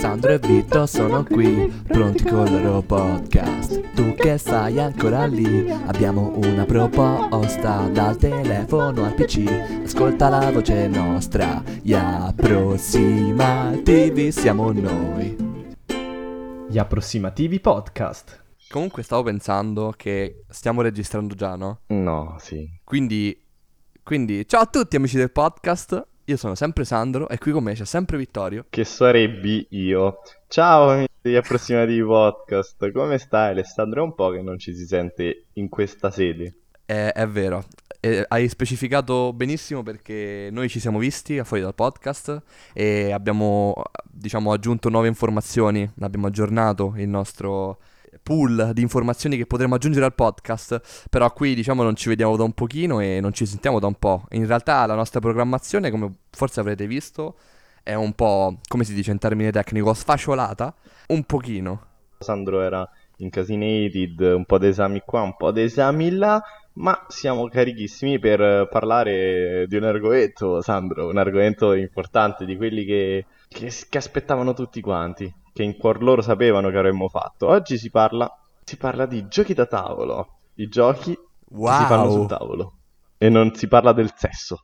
Sandro e Vito sono qui, pronti con il loro podcast. Tu che stai ancora lì, abbiamo una proposta. Dal telefono al PC, ascolta la voce nostra. Gli approssimativi siamo noi. Gli approssimativi podcast. Comunque stavo pensando che stiamo registrando già, no? No, sì. Quindi ciao a tutti amici del podcast. Io sono sempre Sandro e qui con me c'è sempre Vittorio. Che sarebbe io. Ciao amici degli approssimativi podcast, come stai Alessandro? È un po' che non ci si sente in questa sede. È vero, hai specificato benissimo perché noi ci siamo visti fuori dal podcast e abbiamo, diciamo, aggiunto nuove informazioni, abbiamo aggiornato il nostro pool di informazioni che potremo aggiungere al podcast, però qui diciamo non ci vediamo da un pochino e non ci sentiamo da un po'. In realtà la nostra programmazione, come forse avrete visto, è un po', come si dice in termine tecnico, sfasciolata, un pochino. Sandro era incasinated, un po' di esami qua, un po' di esami là, ma siamo carichissimi per parlare di un argomento, Sandro, un argomento importante, di quelli che aspettavano tutti quanti, che in cuor loro sapevano che avremmo fatto. Oggi si parla di giochi da tavolo, i giochi che si fanno sul Wow! tavolo, e non si parla del sesso.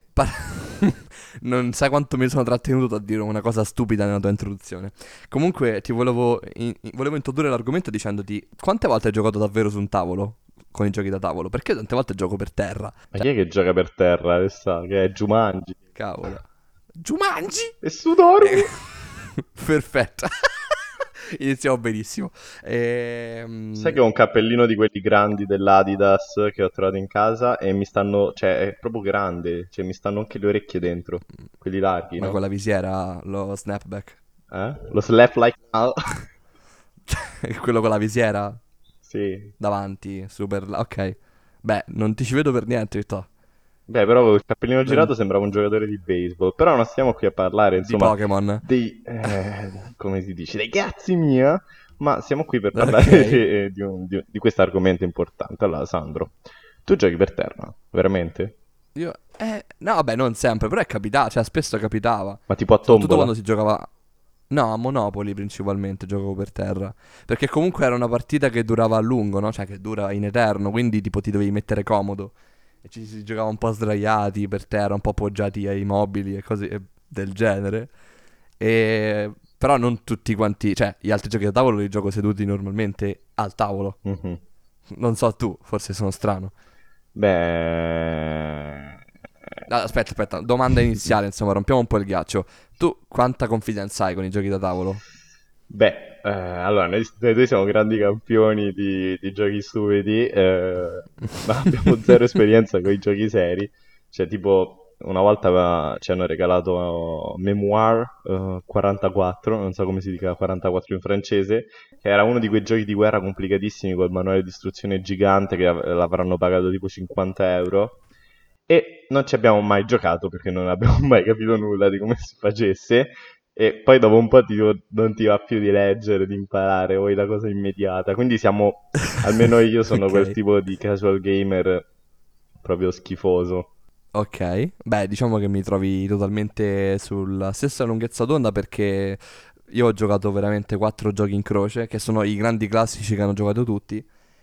Non sai quanto mi sono trattenuto a dire una cosa stupida nella tua introduzione. Comunque ti volevo introdurre l'argomento dicendoti quante volte hai giocato davvero su un tavolo con i giochi da tavolo? Perché tante volte gioco per terra. Ma chi è che gioca per terra, Alessandro? Che è Jumanji? Cavolo. Jumanji! E su dormi? Perfetto. Iniziamo benissimo. Sai che ho un cappellino di quelli grandi dell'Adidas che ho trovato in casa e mi stanno, cioè è proprio grande, cioè mi stanno anche le orecchie dentro, quelli larghi, Ma no? con la visiera, lo snapback. Lo slap like now. Quello con la visiera Sì. davanti, super... Ok. Beh, non ti ci vedo per niente, Vittorio. Beh, però con il cappellino Non- girato sembrava un giocatore di baseball, però non stiamo qui a parlare, Di insomma, Pokémon. come si dice, dei cazzi mia, ma siamo qui per parlare Ok. di questo argomento importante. Allora, Sandro, tu giochi per terra, veramente? Io... no, vabbè, non sempre, però è capitato, cioè spesso capitava. Ma tipo a Soprattutto tombola? quando si giocava... No, a Monopoli principalmente giocavo per terra. Perché comunque era una partita che durava a lungo, no? Cioè che dura in eterno, quindi tipo ti dovevi mettere comodo. E ci si giocava un po' sdraiati per terra, un po' appoggiati ai mobili e cose del genere. Però non tutti quanti... Cioè, gli altri giochi da tavolo li gioco seduti normalmente al tavolo. Mhm. Non so tu, forse sono strano. Beh, Ah, aspetta, domanda iniziale, insomma, rompiamo un po' il ghiaccio. Tu quanta confidenza hai con i giochi da tavolo? allora, noi due siamo grandi campioni di giochi stupidi, ma abbiamo zero esperienza con i giochi seri. Cioè, tipo, una volta ci hanno regalato Memoir 44, non so come si dica 44 in francese, che era uno di quei giochi di guerra complicatissimi col manuale di istruzione gigante che l'avranno pagato tipo 50 euro. E non ci abbiamo mai giocato perché non abbiamo mai capito nulla di come si facesse. E poi dopo un po' non ti va più di leggere, di imparare, vuoi la cosa immediata. Quindi almeno io sono quel Ok. tipo di casual gamer proprio schifoso. Ok, beh, diciamo che mi trovi totalmente sulla stessa lunghezza d'onda perché io ho giocato veramente 4 giochi in croce, che sono i grandi classici che hanno giocato tutti,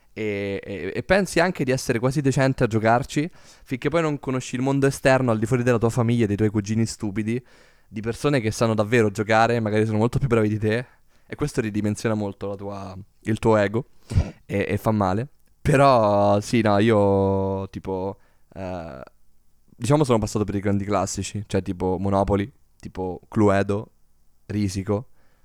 e pensi anche di essere quasi decente a giocarci, finché poi non conosci il mondo esterno al di fuori della tua famiglia, dei tuoi cugini stupidi, di persone che sanno davvero giocare, magari sono molto più bravi di te, e questo ridimensiona molto il tuo ego, e fa male. Però, sì, no, io tipo... eh, diciamo sono passato per i grandi classici, cioè tipo Monopoli, tipo Cluedo, Risico,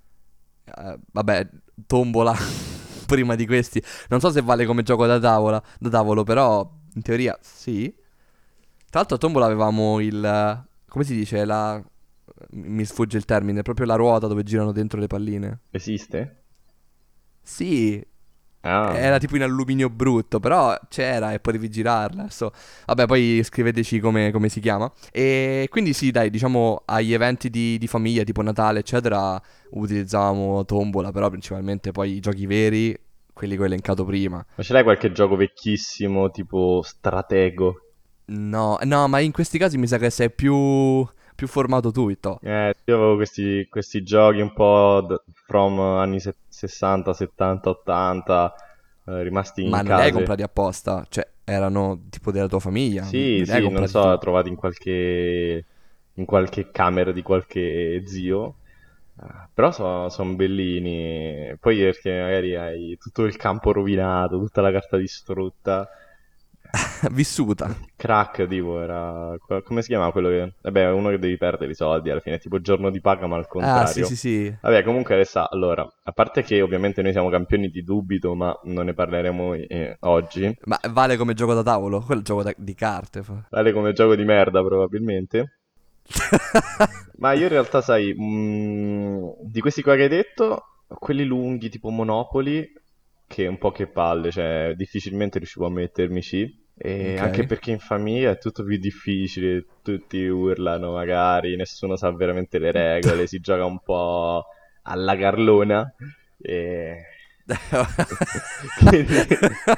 vabbè, Tombola, prima di questi. Non so se vale come gioco da tavolo, però in teoria sì. Tra l'altro a Tombola avevamo come si dice, mi sfugge il termine, proprio la ruota dove girano dentro le palline. Esiste? Sì, era Ah, tipo in alluminio brutto, però c'era e potevi girarla. Adesso, vabbè, poi scriveteci come si chiama. E quindi sì, dai, diciamo agli eventi di famiglia, tipo Natale, eccetera, utilizzavamo Tombola, però principalmente poi i giochi veri, quelli che ho elencato prima. ma ce l'hai qualche gioco vecchissimo, tipo Stratego? No, no, ma in questi casi mi sa che sei più formato tu, Itto. Io avevo questi giochi un po' from anni 60, 70, 80, rimasti in Ma non li hai case. comprati apposta? Cioè, erano tipo della tua famiglia? Non Sì, li hai sì, non comprati so, tu? trovati in qualche camera di qualche zio. Però sono bellini. Poi perché magari hai tutto il campo rovinato, tutta la carta distrutta. Vissuta. Crack, tipo, come si chiama quello che... Vabbè, è uno che devi perdere i soldi alla fine, tipo giorno di paga, ma al Ah, sì, contrario. sì, sì. Vabbè, comunque adesso, allora, a parte che ovviamente noi siamo campioni di dubito, ma non ne parleremo oggi. Ma vale come gioco da tavolo? Quello è il gioco di carte. Vale come gioco di merda, probabilmente. Ma io in realtà, sai, di questi qua che hai detto, quelli lunghi, tipo Monopoli, che un po' che palle, cioè difficilmente riuscivo a mettermici. E anche Ok. perché in famiglia è tutto più difficile, tutti urlano magari, nessuno sa veramente le regole, si gioca un po' alla Carlona. E... Quindi...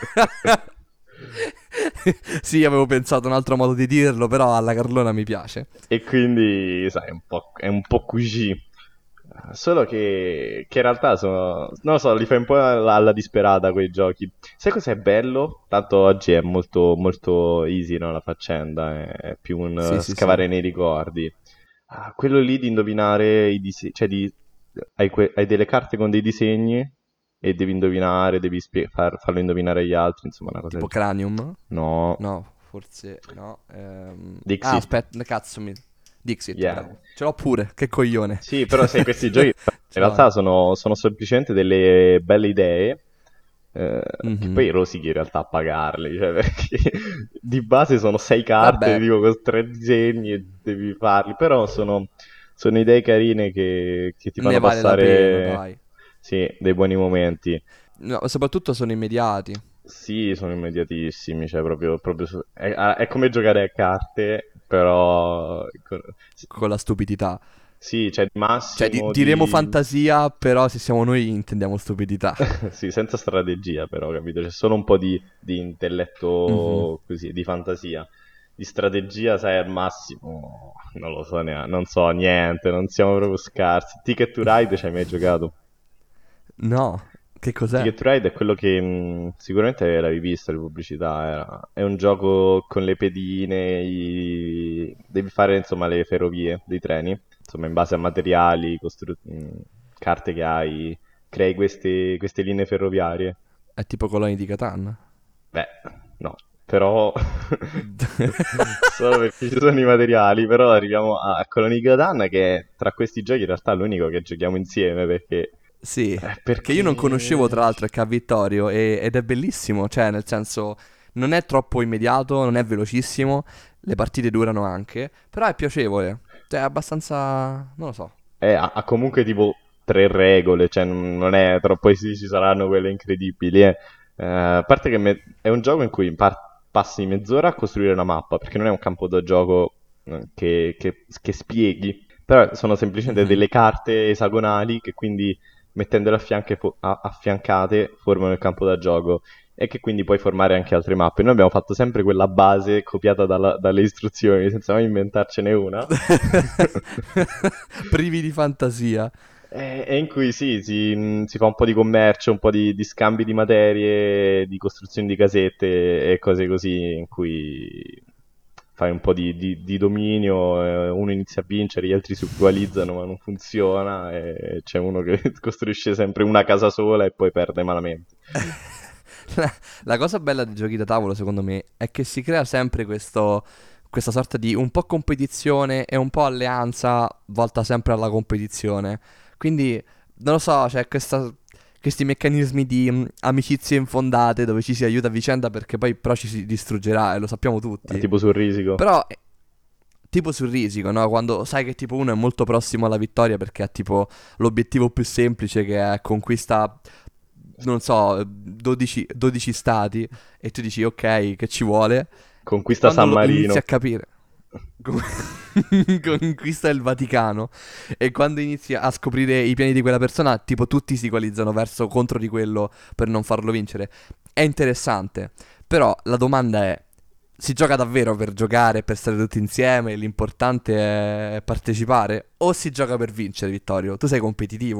Sì, avevo pensato a un altro modo di dirlo, però alla Carlona mi piace. E quindi, sai, è un po' così. Solo che in realtà sono, non lo so, li fai un po' alla disperata quei giochi. Sai cos'è bello? Tanto oggi è molto, molto easy, no, la faccenda, è più un Sì, sì, sì. scavare nei ricordi. Quello lì di indovinare i disegni, cioè hai delle carte con dei disegni e devi indovinare, devi farlo indovinare agli altri, insomma, una cosa Tipo del genere. Cranium? No, No, forse no. Ah, Dixit, aspetta, cazzo mi... Dixit, yeah. bravo. Ce l'ho pure, che coglione. Sì, però sai, questi giochi in Ce l'ho realtà anche. sono semplicemente delle belle idee, che Mhm. poi rosichi in realtà a pagarli, cioè perché di base sono sei carte, Vabbè, dico, con tre disegni e devi farli, però sono idee carine che ti ne fanno vale la pena, passare, dai. sì, dei buoni momenti. No, soprattutto sono immediati, Sì, sono immediatissimi, cioè è come giocare a carte, però con la stupidità. sì, c'è il Cioè, massimo diremo di... fantasia, però se siamo noi intendiamo stupidità. Sì, senza strategia però, capito? C'è solo un po' di Mhm. intelletto così, di fantasia. Di strategia, sai, al massimo, non lo so neanche, non so niente, non siamo proprio scarsi. Ticket to Ride ci hai mai giocato? No, che cos'è? Ticket to Ride è quello che sicuramente l'avevi visto, le pubblicità, è un gioco con le pedine, devi fare insomma le ferrovie dei treni, insomma in base a materiali, carte che hai, crei queste linee ferroviarie. È tipo Coloni di Catan. Beh, no, però solo perché ci sono i materiali, però arriviamo a Colony Gadan che è tra questi giochi in realtà l'unico che giochiamo insieme Sì, che io non conoscevo tra perché l'altro è Ca Vittorio ed è bellissimo, cioè nel senso non è troppo immediato, non è velocissimo, le partite durano anche, però è piacevole, cioè è abbastanza, non lo so. ha comunque tipo tre regole, cioè non è troppo sì, ci saranno quelle incredibili. A parte che è un gioco in cui passi mezz'ora a costruire una mappa, perché non è un campo da gioco che spieghi, però sono semplicemente Mhm. delle carte esagonali che quindi mettendole affiancate formano il campo da gioco e che quindi puoi formare anche altre mappe. Noi abbiamo fatto sempre quella base copiata dalle istruzioni senza mai inventarcene una. Privi di fantasia. E in cui sì, si fa un po' di commercio, un po' di scambi di materie, di costruzioni di casette e cose così, in cui fai un po' di dominio, uno inizia a vincere, gli altri si ugualizzano, ma non funziona, e c'è uno che costruisce sempre una casa sola e poi perde malamente. La cosa bella dei giochi da tavolo, secondo me, è che si crea sempre questa sorta di un po' competizione e un po' alleanza volta sempre alla competizione. Quindi, non lo so, c'è questi meccanismi di amicizie infondate dove ci si aiuta a vicenda perché poi però ci si distruggerà e lo sappiamo tutti. Tipo sul risico. Però, tipo sul risico, no? Quando sai che tipo uno è molto prossimo alla vittoria perché ha tipo l'obiettivo più semplice che è conquista, non so, 12 stati e tu dici ok, che ci vuole? E Conquista quando San lo inizi Marino. a capire, con- conquista il Vaticano e quando inizi a scoprire i piani di quella persona, tipo tutti si equalizzano verso contro di quello per non farlo vincere. È interessante, però la domanda è, si gioca davvero per giocare, per stare tutti insieme, l'importante è partecipare o si gioca per vincere, Vittorio? Tu sei competitivo.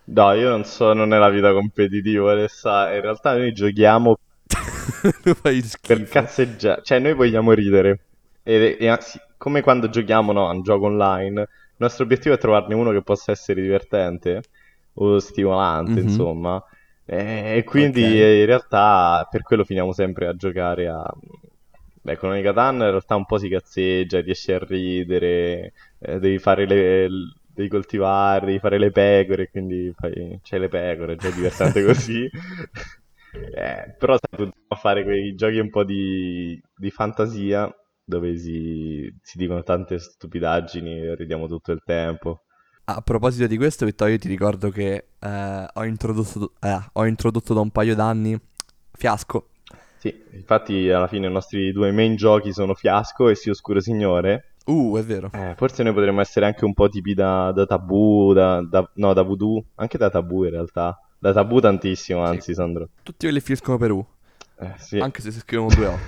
No, io non sono nella vita competitiva, in realtà noi giochiamo Fai per schifo. cazzeggiare, cioè noi vogliamo ridere. Anzi, come quando giochiamo, no, a un gioco online, il nostro obiettivo è trovarne uno che possa essere divertente o stimolante, Mhm. insomma. E Ok. quindi in realtà per quello finiamo sempre a giocare a... Beh, con i Catan in realtà un po' si cazzeggia, riesci a ridere, devi fare devi coltivare, devi fare le pecore, quindi c'hai le pecore, già è divertente così. Però sai, continuiamo a fare quei giochi un po' di fantasia dove si dicono tante stupidaggini e ridiamo tutto il tempo. A proposito di questo, Vittorio, io ti ricordo che ho introdotto da un paio d'anni Fiasco. Sì, infatti alla fine i nostri due main giochi sono Fiasco e Sì Oscuro Signore. È vero. Forse noi potremmo essere anche un po' tipi da Tabù, no, da Voodoo, anche da Tabù in realtà. Da Tabù tantissimo, Sì. anzi, Sandro. Tutti quelli che finiscono per U, Sì. anche se si scrivono due O.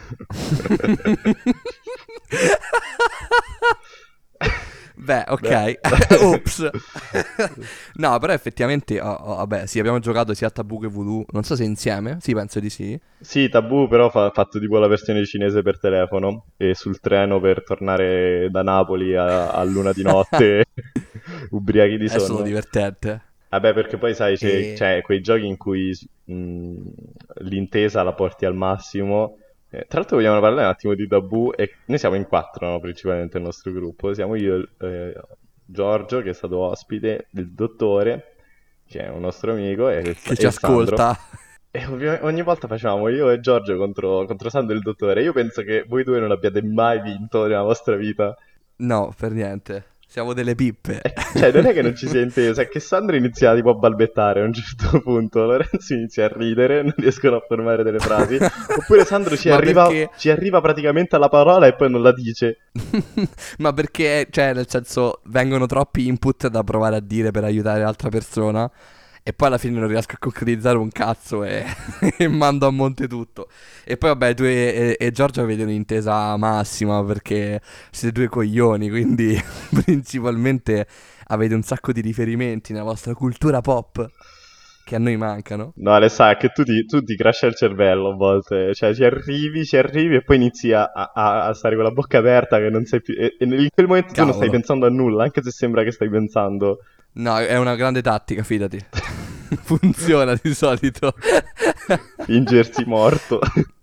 Beh, Beh. ok. Ops. No, però effettivamente, vabbè, sì, abbiamo giocato sia a Tabù che Voodoo. Non so se insieme. Sì, penso di sì. Sì, Tabù però ha fatto tipo la versione cinese per telefono e sul treno per tornare da Napoli a luna di notte, ubriachi di È stato sonno. divertente. Vabbè, perché poi sai, E... c'è quei giochi in cui l'intesa la porti al massimo. Tra l'altro vogliamo parlare un attimo di Tabù e noi siamo in quattro, no, principalmente nel nostro gruppo. Siamo io, Giorgio, che è stato ospite, il dottore, che è un nostro amico, che e ci il Sandro. ascolta. E ogni volta facevamo io e Giorgio contro Sandro e il dottore. Io penso che voi due non abbiate mai vinto nella vostra vita. No, per niente. Siamo delle pippe. Cioè, non è che non ci sia inteso, è che Sandro inizia tipo a balbettare a un certo punto, Lorenzo inizia a ridere, non riescono a formare delle frasi, oppure Sandro Ma perché... ci arriva praticamente alla parola e poi non la dice. Ma perché, cioè, nel senso, vengono troppi input da provare a dire per aiutare l'altra persona. E poi alla fine non riesco a concretizzare un cazzo e mando a monte tutto. E poi vabbè, tu e Giorgio avete un'intesa massima perché siete due coglioni, quindi principalmente avete un sacco di riferimenti nella vostra cultura pop che a noi mancano. No, Alessà, è che tu ti crasha il cervello a volte, cioè ci arrivi e poi inizi a stare con la bocca aperta che non sai più... E in quel momento tu non stai Cavolo. pensando a nulla, anche se sembra che stai pensando. No, è una grande tattica, fidati. Funziona di solito. Fingersi morto.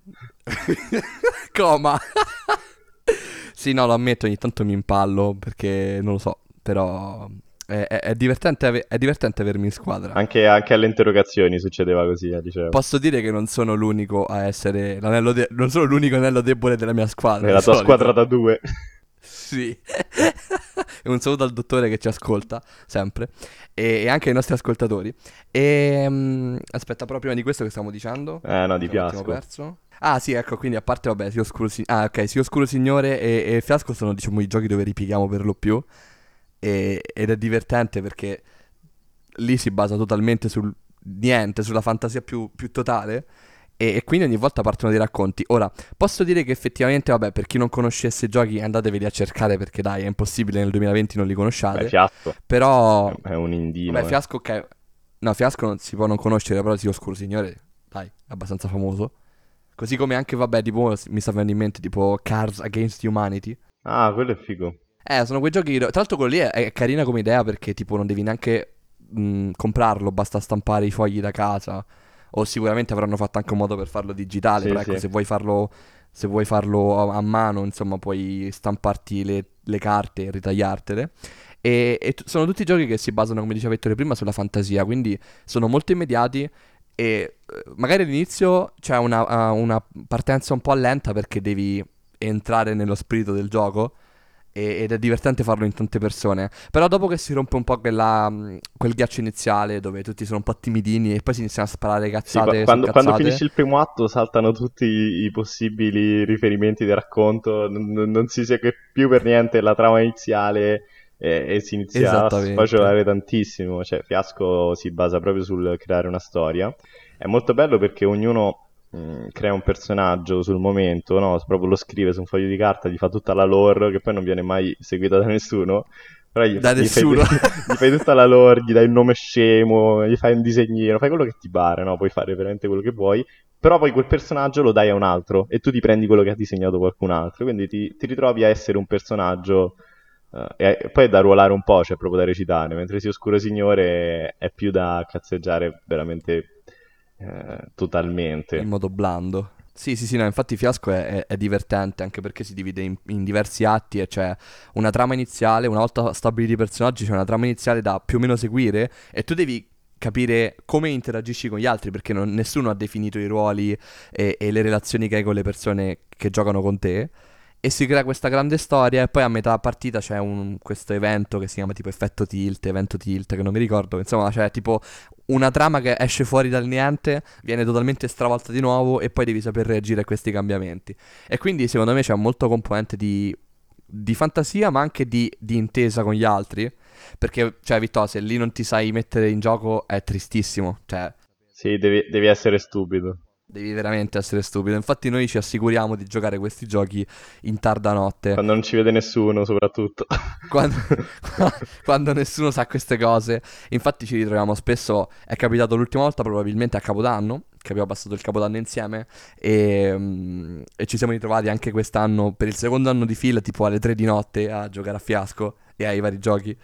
Coma. Sì, no, lo ammetto, ogni tanto mi impallo perché non lo so, però è divertente, è divertente avermi in squadra. Anche alle interrogazioni succedeva così, liceo. Posso dire che non sono l'unico a essere non sono l'unico anello debole della mia squadra di Nella tua squadra solito. da due. Sì. E un saluto al dottore che ci ascolta sempre e anche ai nostri ascoltatori. Aspetta, però prima di questo che stiamo dicendo, No, mi di sono un attimo fiasco. perso. Ah, sì, ecco, quindi a parte vabbè, Sia Oscuro Ah, ok, Sia Oscuro Signore e Fiasco sono diciamo i giochi dove ripieghiamo per lo più ed è divertente perché lì si basa totalmente sul niente, sulla fantasia più totale. E quindi ogni volta partono dei racconti. Ora, posso dire che effettivamente, vabbè, per chi non conoscesse i giochi, andateveli a cercare perché dai, è impossibile nel 2020 non li Beh, conosciate. fiasco. Però, È un vabbè, indino, eh. Fiasco, ok. No, Fiasco non si può non conoscere, però Sia Oscuro Signore, dai, è abbastanza famoso. Così come anche, vabbè, tipo, mi sta venendo in mente, tipo Cards Against Humanity. Ah, quello è figo. Sono quei giochi. Tra l'altro, quello lì è carina come idea perché, tipo, non devi neanche comprarlo, basta stampare i fogli da casa. O sicuramente avranno fatto anche un modo per farlo digitale. Sì, Però ecco, sì. se vuoi farlo a mano, insomma, puoi stamparti le carte e ritagliartele. Sono tutti giochi che si basano, come diceva Ettore prima, sulla fantasia. Quindi sono molto immediati. E magari all'inizio c'è una partenza un po' lenta perché devi entrare nello spirito del gioco ed è divertente farlo in tante persone. Però dopo che si rompe un po' quel ghiaccio iniziale dove tutti sono un po' timidini e poi si iniziano a sparare Sì, cazzate su quando cazzate. finisci il primo atto saltano tutti i possibili riferimenti del racconto, non si segue più per niente la trama iniziale e si inizia a Esattamente. sfacciolare tantissimo. Cioè, Fiasco si basa proprio sul creare una storia. È molto bello perché ognuno crea un personaggio sul momento, no? Proprio lo scrive su un foglio di carta, gli fa tutta la lore che poi non viene mai seguita da nessuno. Però Da gli fai, nessuno. gli fai tutta la lore, gli dai un nome scemo, gli fai un disegnino, fai quello che ti pare, no? Puoi fare veramente quello che vuoi, però poi quel personaggio lo dai a un altro e tu ti prendi quello che ha disegnato qualcun altro, quindi ti ritrovi a essere un personaggio e poi è da ruolare un po', cioè proprio da recitare, mentre sia Oscuro Signore è più da cazzeggiare veramente In totalmente. modo blando. Sì, sì, sì, no, infatti Fiasco è divertente anche perché si divide in diversi atti e c'è una trama iniziale, una volta stabiliti i personaggi c'è una trama iniziale da più o meno seguire e tu devi capire come interagisci con gli altri perché nessuno ha definito i ruoli e le relazioni che hai con le persone che giocano con te. E si crea questa grande storia e poi a metà partita c'è questo evento che si chiama tipo evento tilt, che non mi ricordo, insomma c'è tipo una trama che esce fuori dal niente, viene totalmente stravolta di nuovo e poi devi saper reagire a questi cambiamenti. E quindi secondo me c'è molto componente di fantasia ma anche di intesa con gli altri, perché cioè Vittorio se lì non ti sai mettere in gioco è tristissimo, cioè Sì, devi essere stupido. devi veramente essere stupido. Infatti noi ci assicuriamo di giocare questi giochi in tarda notte. Quando non ci vede nessuno, soprattutto. Quando, quando nessuno sa queste cose. Infatti ci ritroviamo spesso. È capitato l'ultima volta probabilmente a Capodanno, che abbiamo passato il Capodanno insieme. E ci siamo ritrovati anche quest'anno per il secondo anno di fila, tipo alle 3 di notte, a giocare a fiasco e ai vari giochi.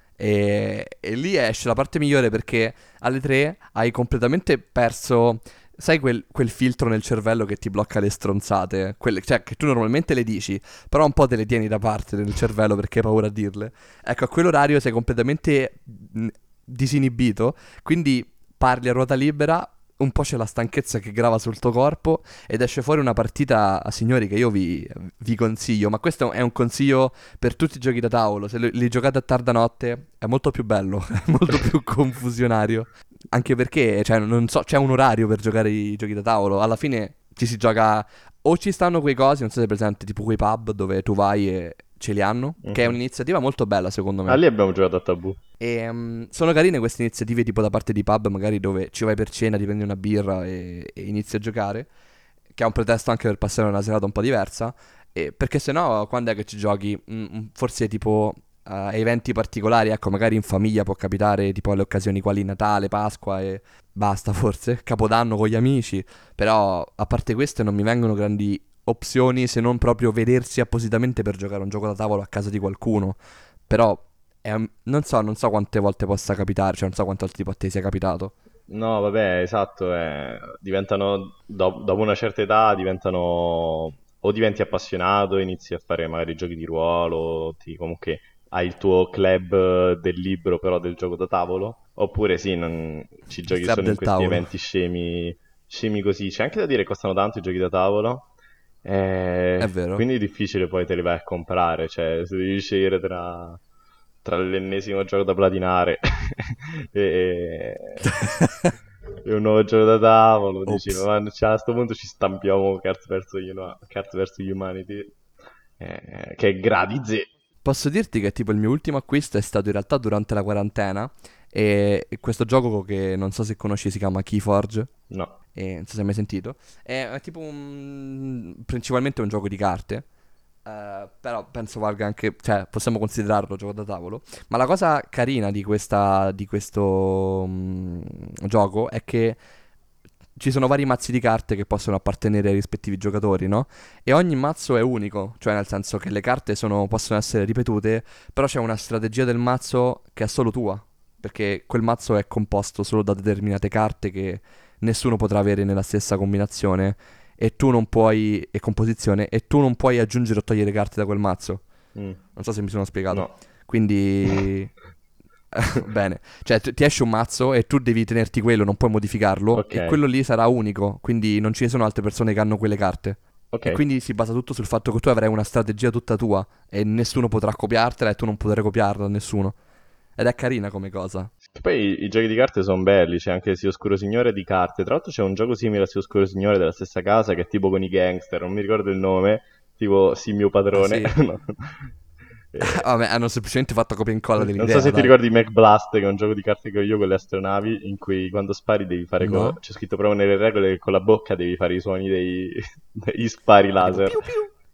E lì esce la parte migliore perché alle 3 hai completamente perso. Sai quel filtro nel cervello che ti blocca le stronzate? Cioè, che tu normalmente le dici, però un po' te le tieni da parte nel cervello perché hai paura a dirle. Ecco, a quell'orario sei completamente disinibito, quindi parli a ruota libera, un po' c'è la stanchezza che grava sul tuo corpo ed esce fuori una partita, signori, che io vi consiglio. Ma questo è un consiglio per tutti i giochi da tavolo. Se li giocate a tarda notte è molto più bello, è molto più confusionario. Anche perché, cioè, non so, c'è un orario per giocare i giochi da tavolo. Alla fine ci si gioca. O ci stanno quei cosi, non so se è presente, tipo quei pub dove tu vai e ce li hanno. Che è Mhm. un'iniziativa molto bella, secondo Ah, me. lì abbiamo giocato a Tabù. E sono carine queste iniziative, tipo da parte di pub, magari dove ci vai per cena, ti prendi una birra e inizi a giocare. Che è un pretesto anche per passare una serata un po' diversa. Perché se no, quando è che ci giochi? Forse tipo a eventi particolari, ecco, magari in famiglia può capitare, tipo alle occasioni quali Natale, Pasqua e basta, forse. Capodanno con gli amici. Però, a parte queste, non mi vengono grandi opzioni se non proprio vedersi appositamente per giocare un gioco da tavolo a casa di qualcuno. Però, non so quante volte possa capitare, cioè non so quante volte tipo a te sia capitato. No, vabbè, esatto, diventano, dopo una certa età diventano, o diventi appassionato, inizi a fare magari giochi di ruolo, comunque hai il tuo club del libro, però del gioco da tavolo, oppure sì, ci Il giochi club solo in del questi tavolo. eventi scemi, scemi così. C'è anche da dire che costano tanto i giochi da tavolo, È vero. quindi è difficile poi te li vai a comprare, cioè se devi scegliere tra l'ennesimo gioco da platinare e, e un nuovo gioco da tavolo, dici, Ops. ma cioè, a sto punto ci stampiamo Cards vs Humanity, che è Gradize. Posso dirti che tipo il mio ultimo acquisto è stato in realtà durante la quarantena e questo gioco che non so se conosci si chiama Keyforge, No. e non so se hai mai sentito, è tipo principalmente un gioco di carte, però penso valga anche, cioè possiamo considerarlo gioco da tavolo, ma la cosa carina di questo gioco è che ci sono vari mazzi di carte che possono appartenere ai rispettivi giocatori, no? E ogni mazzo è unico, cioè nel senso che le carte possono essere ripetute, però c'è una strategia del mazzo che è solo tua, perché quel mazzo è composto solo da determinate carte che nessuno potrà avere nella stessa combinazione e tu non puoi, e composizione, e tu non puoi aggiungere o togliere carte da quel mazzo. Mm. Non so se mi sono spiegato. No. Quindi bene, cioè ti esce un mazzo e tu devi tenerti quello, non puoi modificarlo Ok, e quello lì sarà unico, quindi non ci sono altre persone che hanno quelle carte. ok. E quindi si basa tutto sul fatto che tu avrai una strategia tutta tua e nessuno potrà copiartela e tu non potrai copiarla a nessuno. Ed è carina come cosa. Poi i giochi di carte sono belli, c'è anche Sia Oscuro Signore di carte. Tra l'altro c'è un gioco simile a Sia Oscuro Signore della stessa casa che è tipo con i gangster, non mi ricordo il nome, tipo Sì mio Ah padrone. sì? No. Eh, Vabbè, hanno semplicemente fatto copia e incolla Non so dell'idea, se ti dai. ricordi Mech Blast, che è un gioco di carte che ho io con le astronavi, in cui quando spari devi fare No? c'è scritto proprio nelle regole che con la bocca devi fare i suoni degli spari Ah, tipo laser. piu piu.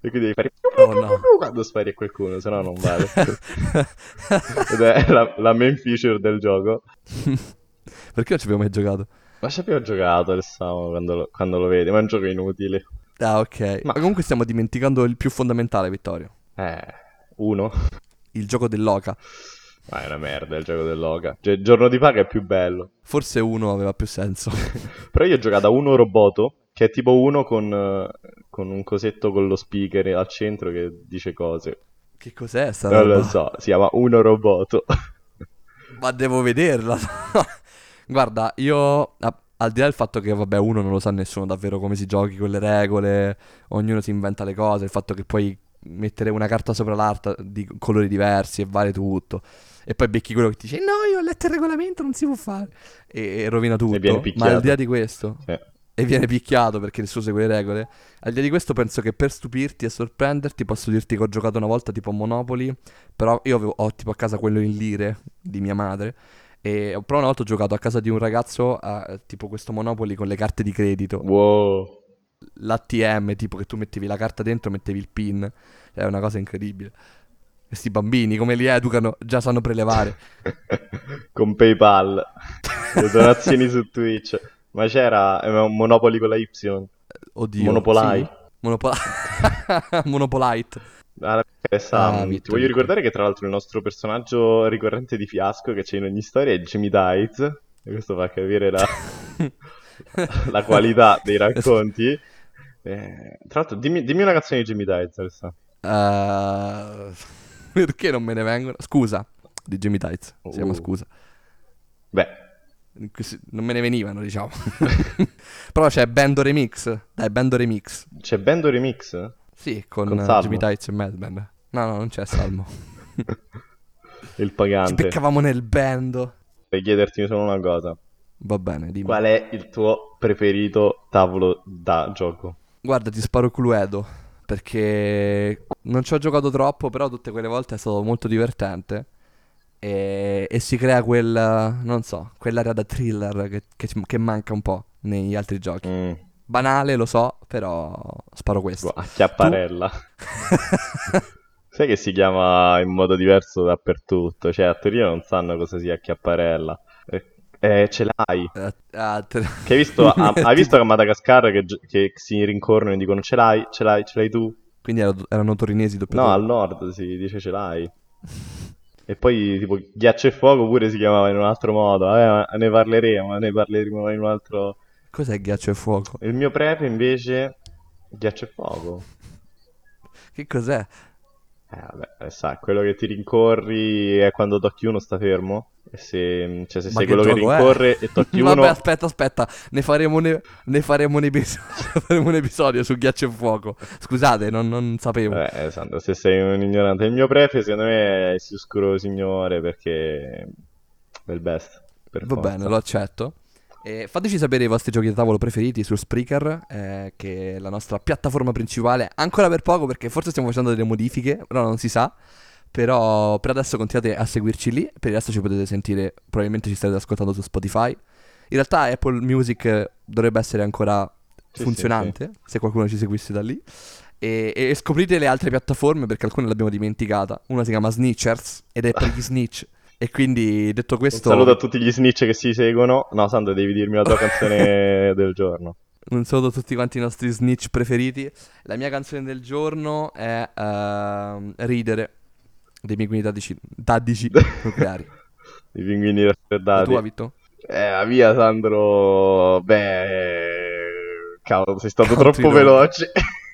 E quindi devi fare Oh no. quando spari a qualcuno, se no non vale. Ed è la main feature del gioco. Perché non ci abbiamo mai giocato? Ma ci abbiamo giocato, Alessandro, quando lo vedi, ma è un gioco inutile. Ah, ok. Ma, Ma comunque stiamo dimenticando il più fondamentale, Vittorio. eh, uno? Il gioco dell'oca. Ma è una merda il gioco dell'Oca. Cioè, il giorno di paga è più bello. Forse uno aveva più senso. Però io ho giocato a uno Roboto, che è tipo uno con un cosetto con lo speaker al centro che dice cose. Che cos'è sta Non lo roba? so, si chiama Uno Roboto. Ma devo vederla. Guarda, io al di là del fatto che, vabbè, uno non lo sa nessuno davvero come si giochi con le regole, ognuno si inventa le cose, il fatto che puoi mettere una carta sopra l'altra di colori diversi e vale tutto. E poi becchi quello che ti dice: No, io ho letto il regolamento, non si può fare. E rovina E viene tutto. Ma al di là picchiato. di questo, Sì. e viene picchiato perché nessuno segue le regole. Al di là di questo, penso che per stupirti e sorprenderti, posso dirti che ho giocato una volta tipo a Monopoly. Però io ho tipo a casa quello in lire di mia madre. E però una volta ho giocato a casa di un ragazzo a tipo questo Monopoly con le carte di credito. Wow. L'ATM, tipo che tu mettevi la carta dentro, mettevi il PIN. È una cosa incredibile. Questi bambini, come li educano, già sanno prelevare. Con PayPal. Le donazioni su Twitch. Ma c'era un Monopoly con la Y. Oddio, Monopolai. sì? Monopolite. Ah, Ti Vitto, voglio Vitto. ricordare che tra l'altro il nostro personaggio ricorrente di fiasco che c'è in ogni storia è Jimmy Dice. E questo fa capire la qualità dei racconti. Tra l'altro, dimmi una canzone di Jimmy Dice, Alessandro. Eh, perché non me ne vengono? Scusa, di Jimmy Tights. Si chiama Uh, Scusa. beh, Non me ne venivano, diciamo. Però c'è Bando Remix. Dai, Bando Remix. c'è Bando Remix Sì, con con Jimmy Salmo. Tights e Madman. No, no, non c'è Salmo. Il Ci pagante. beccavamo nel bando. Per chiederti solo una cosa. Va bene, dimmi. Qual è il tuo preferito tavolo da gioco? Guarda, ti sparo Cluedo. Perché non ci ho giocato troppo, però tutte quelle volte è stato molto divertente. E si crea non so, quell'area da thriller che manca un po' negli altri giochi. Mm, Banale, lo so, però sparo questo. Tu? acchiapparella. Sai che si chiama in modo diverso dappertutto? Cioè, a Torino non sanno cosa sia acchiapparella. Ce l'hai. Che hai visto, hai visto che a Madagascar che si rincorrono e dicono ce l'hai tu? Quindi erano torinesi i No, doppiatori. al nord si dice ce l'hai. E poi tipo Ghiaccio e Fuoco pure si chiamava in un altro modo. Ma ne parleremo in un altro... Cos'è ghiaccio e fuoco? Il mio prefe invece, Ghiaccio e Fuoco. Che cos'è? Vabbè, sa, quello che ti rincorri è quando tocchi uno sta fermo. E se Ma sei che quello che gioco è? rincorre e tocchi Vabbè, uno, aspetta. Ne faremo faremo un episodio su ghiaccio e fuoco. Scusate, non sapevo. Sandro, se sei un ignorante. Il mio prefe, secondo me, è il Oscuro Signore perché è il best, per Va bene, forza. lo accetto. E fateci sapere i vostri giochi da tavolo preferiti su Spreaker, che è la nostra piattaforma principale. Ancora per poco, perché forse stiamo facendo delle modifiche, però non si sa. Però per adesso continuate a seguirci lì. Per il resto ci potete sentire, probabilmente ci starete ascoltando su Spotify. In realtà Apple Music dovrebbe essere ancora Sì, sì, sì. funzionante, se qualcuno ci seguisse da lì. E scoprite le altre piattaforme, perché alcune l'abbiamo dimenticata. Una si chiama Snitchers, ed è per gli snitch. E quindi, detto Un saluto a questo, tutti gli snitch che si seguono. No, Sandro, devi dirmi la tua canzone del giorno. un saluto a tutti quanti i nostri snitch preferiti. La mia canzone del giorno è Ridere dei pinguini tattici nucleari. I pinguini La tua, raffreddati. Vitto? La mia, Sandro. Beh, cavolo, sei stato Country troppo Road. veloce.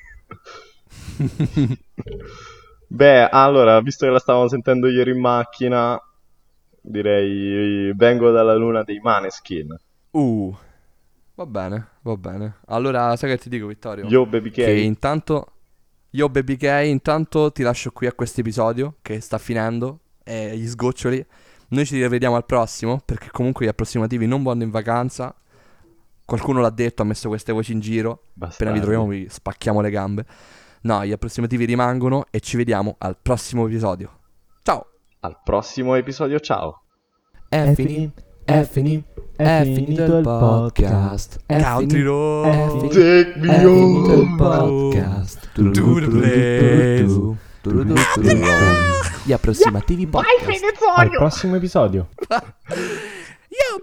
Beh, allora, visto che la stavamo sentendo ieri in macchina, direi vengo dalla luna dei Maneskin. uh, va bene, va bene. Allora, sai che ti dico, Vittorio? Yo, Baby Che K. intanto, io Baby K, intanto ti lascio qui a questo episodio che sta finendo, e gli sgoccioli. Noi ci rivediamo al prossimo, perché comunque gli approssimativi non vanno in vacanza. Qualcuno l'ha detto, ha messo queste voci in giro. Appena vi troviamo Bastardi. vi spacchiamo le gambe. No, gli approssimativi rimangono e ci vediamo al prossimo episodio. Ciao! Al prossimo episodio, ciao. Effini, Effini, È finito il podcast. Country Road. Take me È finito il home. podcast. To the place. Gli approssimativi podcast. Al prossimo episodio.